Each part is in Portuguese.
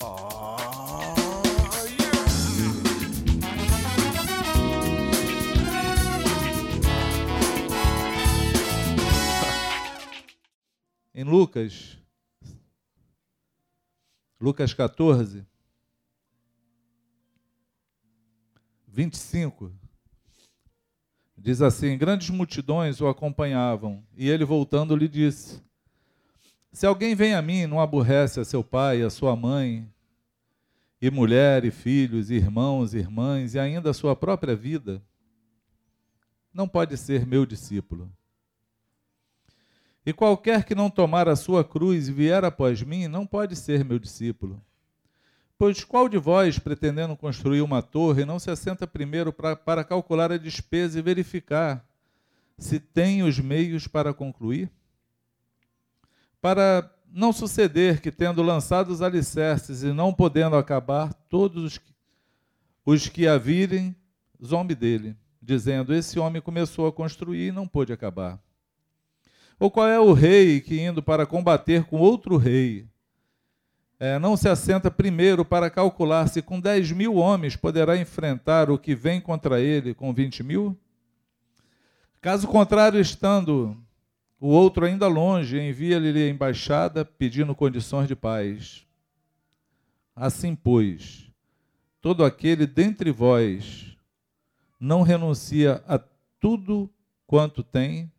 Em Lucas 14, 25, diz assim: grandes multidões o acompanhavam, e ele voltando lhe disse: se alguém vem a mim e não aborrece a seu pai, a sua mãe, e mulher, e filhos, e irmãos, e irmãs, e ainda a sua própria vida, não pode ser meu discípulo. E qualquer que não tomar a sua cruz e vier após mim, não pode ser meu discípulo. Pois qual de vós, pretendendo construir uma torre, não se assenta primeiro para calcular a despesa e verificar se tem os meios para concluir? Para não suceder que, tendo lançado os alicerces e não podendo acabar, todos os que a virem, zombe dele, dizendo: esse homem começou a construir e não pôde acabar. Ou qual é o rei que, indo para combater com outro rei, não se assenta primeiro para calcular se com 10.000 homens poderá enfrentar o que vem contra ele com 20.000? Caso contrário, estando o outro ainda longe, envia-lhe a embaixada pedindo condições de paz. Assim, pois, todo aquele dentre vós não renuncia a tudo quanto tem,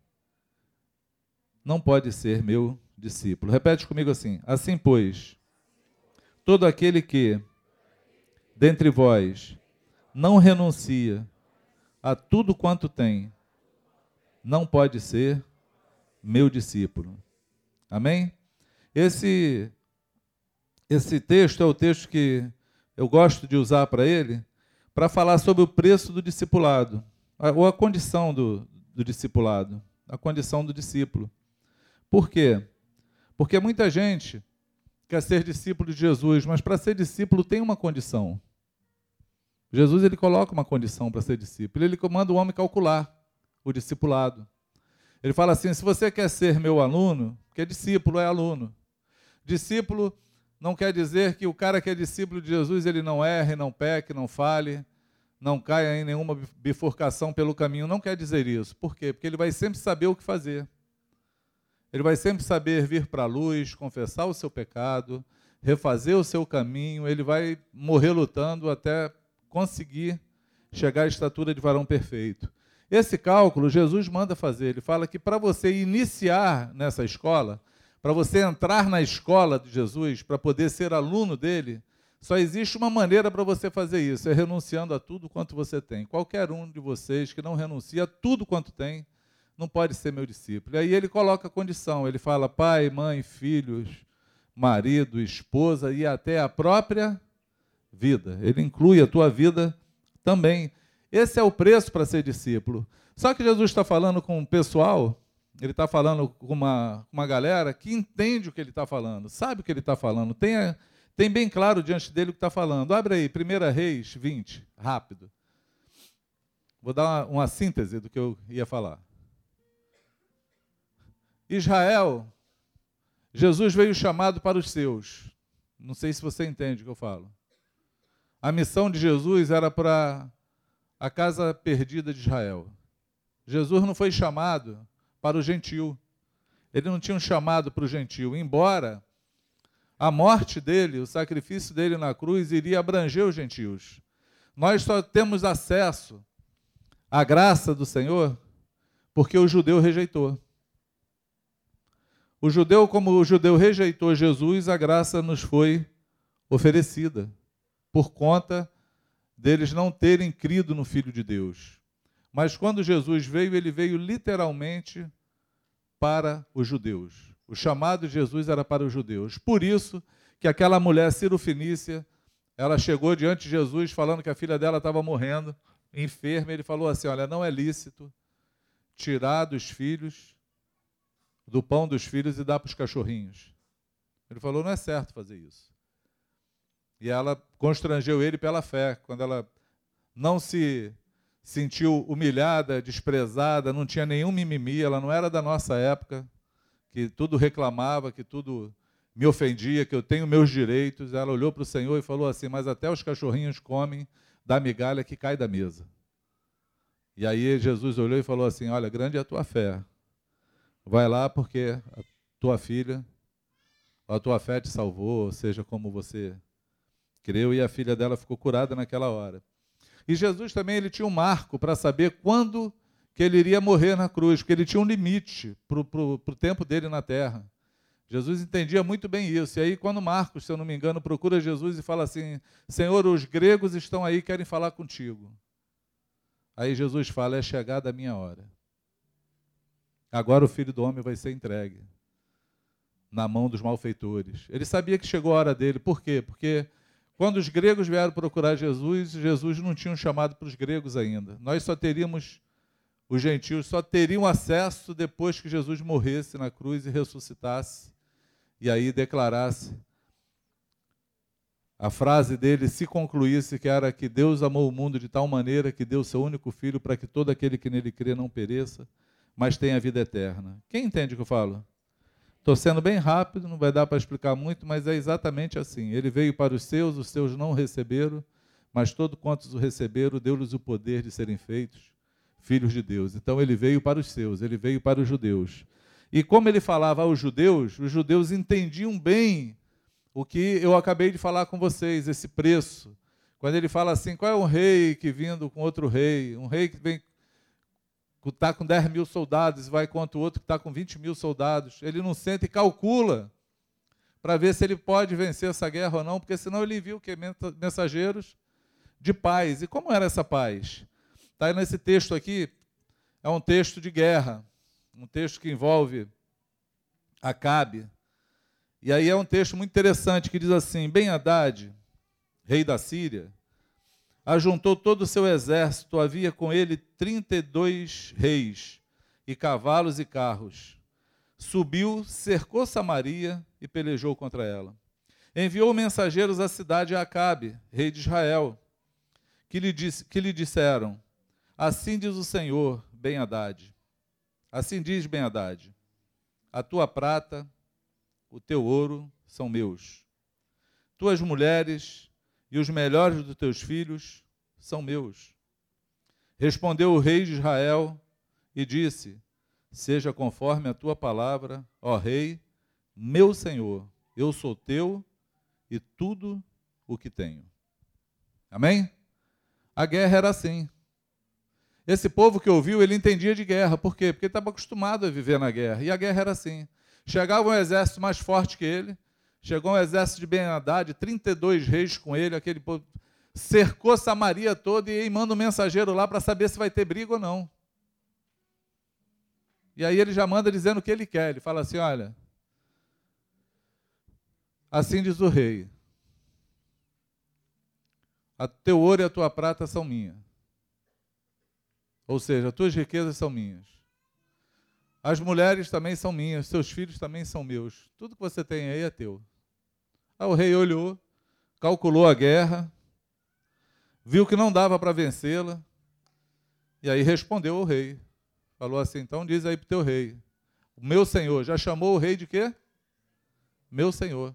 não pode ser meu discípulo. Repete comigo assim: assim, pois, todo aquele que, dentre vós, não renuncia a tudo quanto tem, não pode ser meu discípulo. Amém? Esse texto é o texto que eu gosto de usar para ele, para falar sobre o preço do discipulado, ou a condição do discipulado, a condição do discípulo. Por quê? Porque muita gente quer ser discípulo de Jesus, mas para ser discípulo tem uma condição. Jesus, ele coloca uma condição para ser discípulo. Ele manda o homem calcular o discipulado. Ele fala assim: se você quer ser meu aluno, porque discípulo é aluno. Discípulo não quer dizer que o cara que é discípulo de Jesus, ele não erre, não peque, não fale, não caia em nenhuma bifurcação pelo caminho. Não quer dizer isso. Por quê? Porque ele vai sempre saber o que fazer. Ele vai sempre saber vir para a luz, confessar o seu pecado, refazer o seu caminho. Ele vai morrer lutando até conseguir chegar à estatura de varão perfeito. Esse cálculo Jesus manda fazer. Ele fala que para você iniciar nessa escola, para você entrar na escola de Jesus, para poder ser aluno dele, só existe uma maneira para você fazer isso: é renunciando a tudo quanto você tem. Qualquer um de vocês que não renuncia a tudo quanto tem, não pode ser meu discípulo. E aí ele coloca a condição, ele fala: pai, mãe, filhos, marido, esposa e até a própria vida. Ele inclui a tua vida também. Esse é o preço para ser discípulo. Só que Jesus está falando com o pessoal, ele está falando com uma galera que entende o que ele está falando, sabe o que ele está falando, tem bem claro diante dele o que está falando. Abre aí, 1 Reis 20, rápido. Vou dar uma síntese do que eu ia falar. Israel, Jesus veio chamado para os seus. Não sei se você entende o que eu falo. A missão de Jesus era para a casa perdida de Israel. Jesus não foi chamado para o gentil. Ele não tinha um chamado para o gentil, embora a morte dele, o sacrifício dele na cruz, iria abranger os gentios. Nós só temos acesso à graça do Senhor porque o judeu rejeitou. O judeu, como o judeu rejeitou Jesus, a graça nos foi oferecida, por conta deles não terem crido no Filho de Deus. Mas quando Jesus veio, ele veio literalmente para os judeus. O chamado de Jesus era para os judeus. Por isso que aquela mulher cirofenícia, ela chegou diante de Jesus falando que a filha dela estava morrendo, enferma. Ele falou assim: olha, não é lícito tirar dos filhos, do pão dos filhos e dar para os cachorrinhos. Ele falou: não é certo fazer isso. E ela constrangeu ele pela fé, quando ela não se sentiu humilhada, desprezada, não tinha nenhum mimimi, ela não era da nossa época, que tudo reclamava, que tudo me ofendia, que eu tenho meus direitos. Ela olhou para o Senhor e falou assim, mas até os cachorrinhos comem da migalha que cai da mesa. E aí Jesus olhou e falou assim, olha, grande é a tua fé. Vai lá porque a tua filha, a tua fé te salvou, ou seja, como você creu, e a filha dela ficou curada naquela hora. E Jesus também ele tinha um marco para saber quando que ele iria morrer na cruz, porque ele tinha um limite para o tempo dele na terra. Jesus entendia muito bem isso. E aí, quando Marcos, se eu não me engano, procura Jesus e fala assim, Senhor, os gregos estão aí, querem falar contigo. Aí Jesus fala, é chegada a minha hora. Agora o Filho do Homem vai ser entregue na mão dos malfeitores. Ele sabia que chegou a hora dele. Por quê? Porque quando os gregos vieram procurar Jesus, Jesus não tinha um chamado para os gregos ainda. Nós só teríamos, os gentios só teriam acesso depois que Jesus morresse na cruz e ressuscitasse. E aí declarasse, a frase dele se concluísse, que era que Deus amou o mundo de tal maneira que deu seu único filho para que todo aquele que nele crê não pereça, mas tenha a vida eterna. Quem entende o que eu falo? Estou sendo bem rápido, não vai dar para explicar muito, mas é exatamente assim. Ele veio para os seus não o receberam, mas todo quantos o receberam, deu-lhes o poder de serem feitos filhos de Deus. Então ele veio para os seus, ele veio para os judeus. E como ele falava aos judeus, os judeus entendiam bem o que eu acabei de falar com vocês, esse preço. Quando ele fala assim, qual é um rei que vindo com outro rei? Um rei que vem, está com 10 mil soldados e vai contra o outro que está com 20 mil soldados. Ele não senta e calcula para ver se ele pode vencer essa guerra ou não, porque senão ele viu que mensageiros de paz. E como era essa paz? Está nesse texto aqui, é um texto de guerra. Um texto que envolve Acabe. E aí é um texto muito interessante que diz assim, Ben-Hadad, rei da Síria, ajuntou todo o seu exército, havia com ele 32 reis, e cavalos e carros. Subiu, cercou Samaria e pelejou contra ela. Enviou mensageiros à cidade de Acabe, rei de Israel, que lhe disseram, assim diz o Senhor, Ben-Hadad, assim diz Ben-Hadad, a tua prata, o teu ouro são meus. Tuas mulheres e os melhores dos teus filhos são meus. Respondeu o rei de Israel e disse, seja conforme a tua palavra, ó rei, meu senhor, eu sou teu e tudo o que tenho. Amém? A guerra era assim. Esse povo que ouviu, ele entendia de guerra. Por quê? Porque ele estava acostumado a viver na guerra. E a guerra era assim. Chegava um exército mais forte que ele, chegou um exército de Ben-Hadad, 32 reis com ele, aquele povo cercou Samaria toda e aí manda um mensageiro lá para saber se vai ter briga ou não. E aí ele já manda dizendo o que ele quer. Ele fala assim, olha, assim diz o rei, a teu ouro e a tua prata são minhas. Ou seja, as tuas riquezas são minhas. As mulheres também são minhas, seus filhos também são meus. Tudo que você tem aí é teu. Aí o rei olhou, calculou a guerra, viu que não dava para vencê-la, e aí respondeu ao rei. Falou assim, então diz aí para o teu rei, o meu senhor, já chamou o rei de quê? Meu senhor.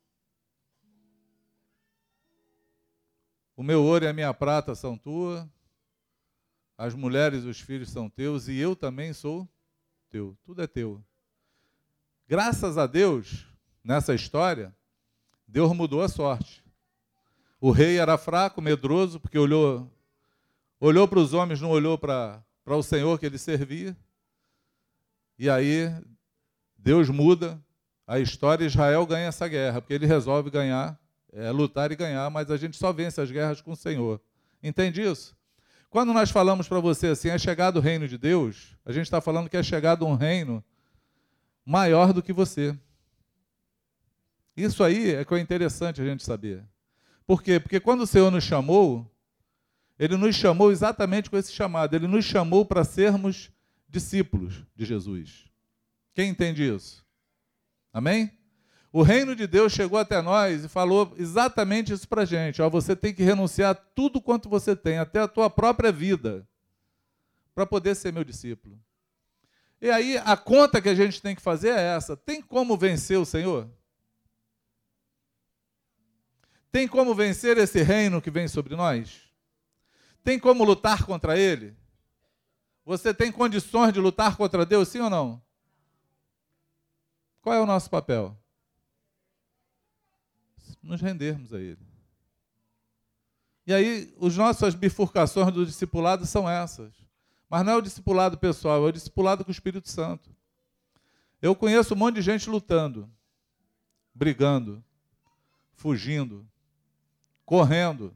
O meu ouro e a minha prata são tuas, as mulheres e os filhos são teus, e eu também sou teu. Tudo é teu. Graças a Deus, nessa história, Deus mudou a sorte. O rei era fraco, medroso, porque olhou para os homens, não olhou para o Senhor que ele servia. E aí, Deus muda a história e Israel ganha essa guerra, porque ele resolve ganhar, lutar e ganhar, mas a gente só vence as guerras com o Senhor. Entende isso? Quando nós falamos para você assim, é chegado o reino de Deus, a gente está falando que é chegado um reino maior do que você. Isso aí é que é interessante a gente saber. Por quê? Porque quando o Senhor nos chamou, Ele nos chamou exatamente com esse chamado. Ele nos chamou para sermos discípulos de Jesus. Quem entende isso? Amém? O reino de Deus chegou até nós e falou exatamente isso para a gente. Ó, você tem que renunciar a tudo quanto você tem, até a tua própria vida, para poder ser meu discípulo. E aí, a conta que a gente tem que fazer é essa. Tem como vencer o Senhor? Tem como vencer esse reino que vem sobre nós? Tem como lutar contra ele? Você tem condições de lutar contra Deus, sim ou não? Qual é o nosso papel? Nos rendermos a ele. E aí, as nossas bifurcações do discipulado são essas. Mas não é o discipulado pessoal, é o discipulado com o Espírito Santo. Eu conheço um monte de gente lutando, brigando, fugindo, correndo,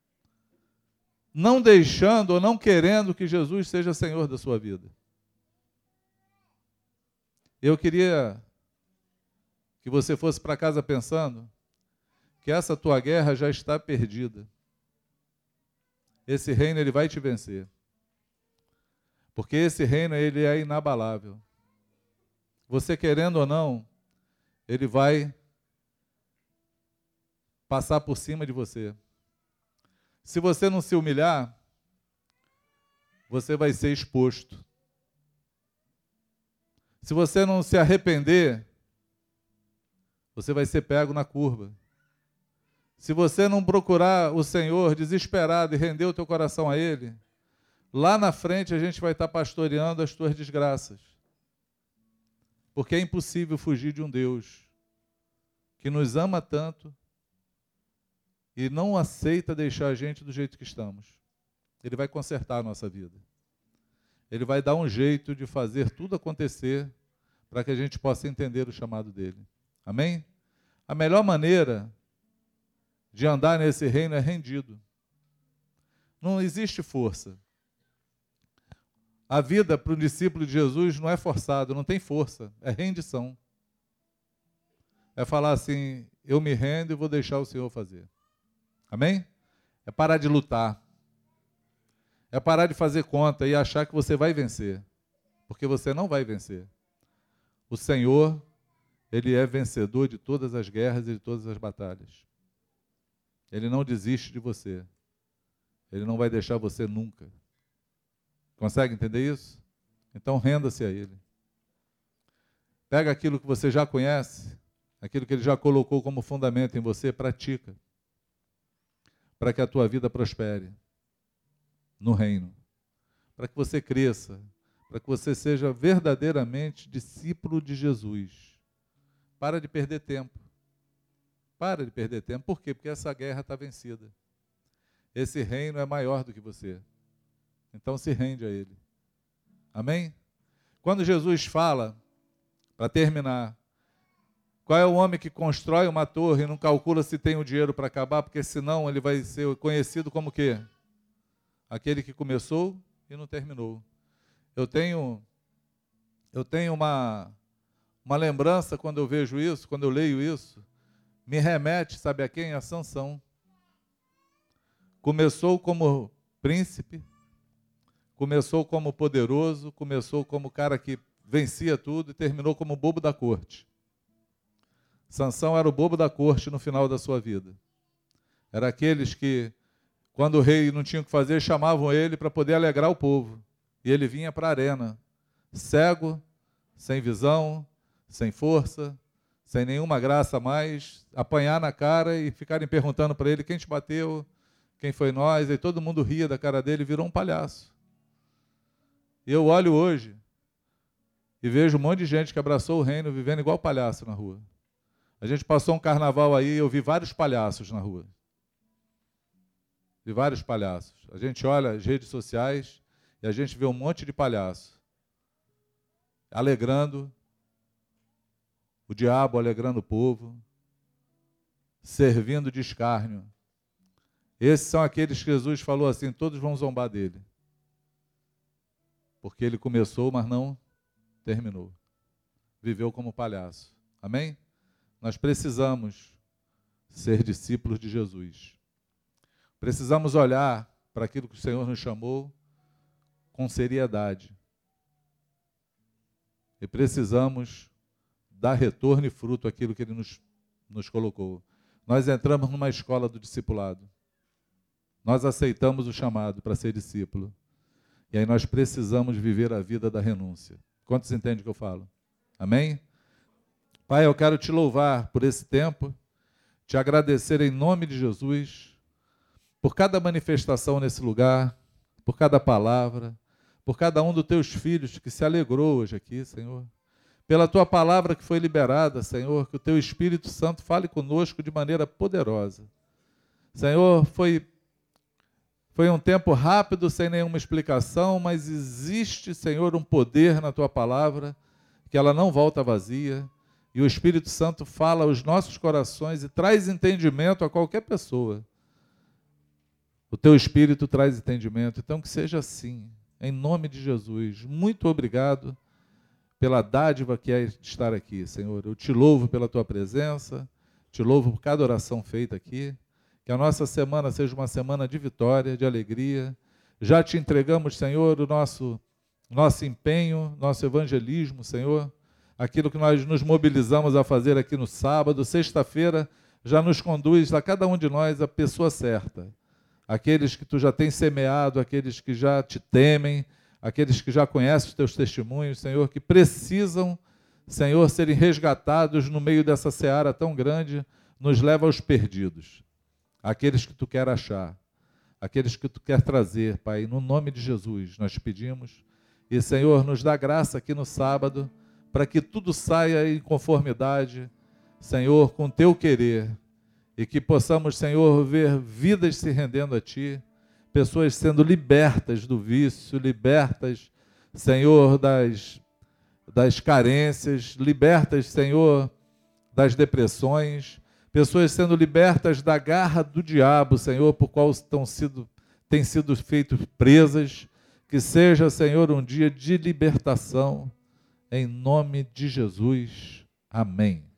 não deixando ou não querendo que Jesus seja Senhor da sua vida. Eu queria que você fosse para casa pensando que essa tua guerra já está perdida. Esse reino, ele vai te vencer. Porque esse reino, ele é inabalável. Você querendo ou não, ele vai passar por cima de você. Se você não se humilhar, você vai ser exposto. Se você não se arrepender, você vai ser pego na curva. Se você não procurar o Senhor desesperado e render o teu coração a Ele, lá na frente a gente vai estar pastoreando as tuas desgraças. Porque é impossível fugir de um Deus que nos ama tanto e não aceita deixar a gente do jeito que estamos. Ele vai consertar a nossa vida. Ele vai dar um jeito de fazer tudo acontecer para que a gente possa entender o chamado dele. Amém? A melhor maneira de andar nesse reino é rendido. Não existe força. A vida para o discípulo de Jesus não é forçado, não tem força, é rendição. É falar assim, eu me rendo e vou deixar o Senhor fazer. Amém? É parar de lutar. É parar de fazer conta e achar que você vai vencer. Porque você não vai vencer. O Senhor, Ele é vencedor de todas as guerras e de todas as batalhas. Ele não desiste de você. Ele não vai deixar você nunca. Consegue entender isso? Então renda-se a Ele. Pega aquilo que você já conhece, aquilo que Ele já colocou como fundamento em você, pratica. Para que a tua vida prospere no reino. Para que você cresça. Para que você seja verdadeiramente discípulo de Jesus. Para de perder tempo. Para de perder tempo. Por quê? Porque essa guerra está vencida. Esse reino é maior do que você. Então se rende a Ele. Amém? Quando Jesus fala, para terminar, qual é o homem que constrói uma torre e não calcula se tem o dinheiro para acabar, porque senão ele vai ser conhecido como o quê? Aquele que começou e não terminou. Eu tenho uma lembrança quando eu vejo isso, quando eu leio isso, me remete, sabe a quem? A Sansão. Começou como príncipe, começou como poderoso, começou como cara que vencia tudo e terminou como bobo da corte. Sansão era o bobo da corte no final da sua vida. Era aqueles que, quando o rei não tinha o que fazer, chamavam ele para poder alegrar o povo. E ele vinha para a arena, cego, sem visão, sem força, sem nenhuma graça mais, apanhar na cara e ficarem perguntando para ele quem te bateu, quem foi nós, e todo mundo ria da cara dele, virou um palhaço. E eu olho hoje e vejo um monte de gente que abraçou o reino vivendo igual palhaço na rua. A gente passou um carnaval aí e eu vi vários palhaços na rua. Vi vários palhaços. A gente olha as redes sociais e a gente vê um monte de palhaço alegrando o diabo, alegrando o povo, servindo de escárnio. Esses são aqueles que Jesus falou assim, todos vão zombar dele. Porque ele começou, mas não terminou. Viveu como palhaço. Amém? Nós precisamos ser discípulos de Jesus. Precisamos olhar para aquilo que o Senhor nos chamou com seriedade. E precisamos dar retorno e fruto àquilo que Ele nos colocou. Nós entramos numa escola do discipulado. Nós aceitamos o chamado para ser discípulo. E aí nós precisamos viver a vida da renúncia. Quantos entendem o que eu falo? Amém? Pai, eu quero te louvar por esse tempo, te agradecer em nome de Jesus por cada manifestação nesse lugar, por cada palavra, por cada um dos teus filhos que se alegrou hoje aqui, Senhor. Pela tua palavra que foi liberada, Senhor, que o teu Espírito Santo fale conosco de maneira poderosa. Senhor, foi um tempo rápido, sem nenhuma explicação, mas existe, Senhor, um poder na tua palavra, que ela não volta vazia, e o Espírito Santo fala aos nossos corações e traz entendimento a qualquer pessoa. O teu Espírito traz entendimento, então que seja assim, em nome de Jesus. Muito obrigado pela dádiva que é estar aqui, Senhor. Eu te louvo pela tua presença, te louvo por cada oração feita aqui, que a nossa semana seja uma semana de vitória, de alegria. Já te entregamos, Senhor, o nosso empenho, nosso evangelismo, Senhor, aquilo que nós nos mobilizamos a fazer aqui no sábado, sexta-feira, já nos conduz a cada um de nós a pessoa certa. Aqueles que tu já tens semeado, aqueles que já te temem, aqueles que já conhecem os teus testemunhos, Senhor, que precisam, Senhor, serem resgatados no meio dessa seara tão grande, nos leva aos perdidos. Aqueles que tu quer achar, aqueles que tu quer trazer, Pai, no nome de Jesus, nós te pedimos. E, Senhor, nos dá graça aqui no sábado, para que tudo saia em conformidade, Senhor, com o teu querer, e que possamos, Senhor, ver vidas se rendendo a Ti, pessoas sendo libertas do vício, libertas, Senhor, das carências, libertas, Senhor, das depressões, pessoas sendo libertas da garra do diabo, Senhor, por qual têm sido feitas presas, que seja, Senhor, um dia de libertação, em nome de Jesus. Amém.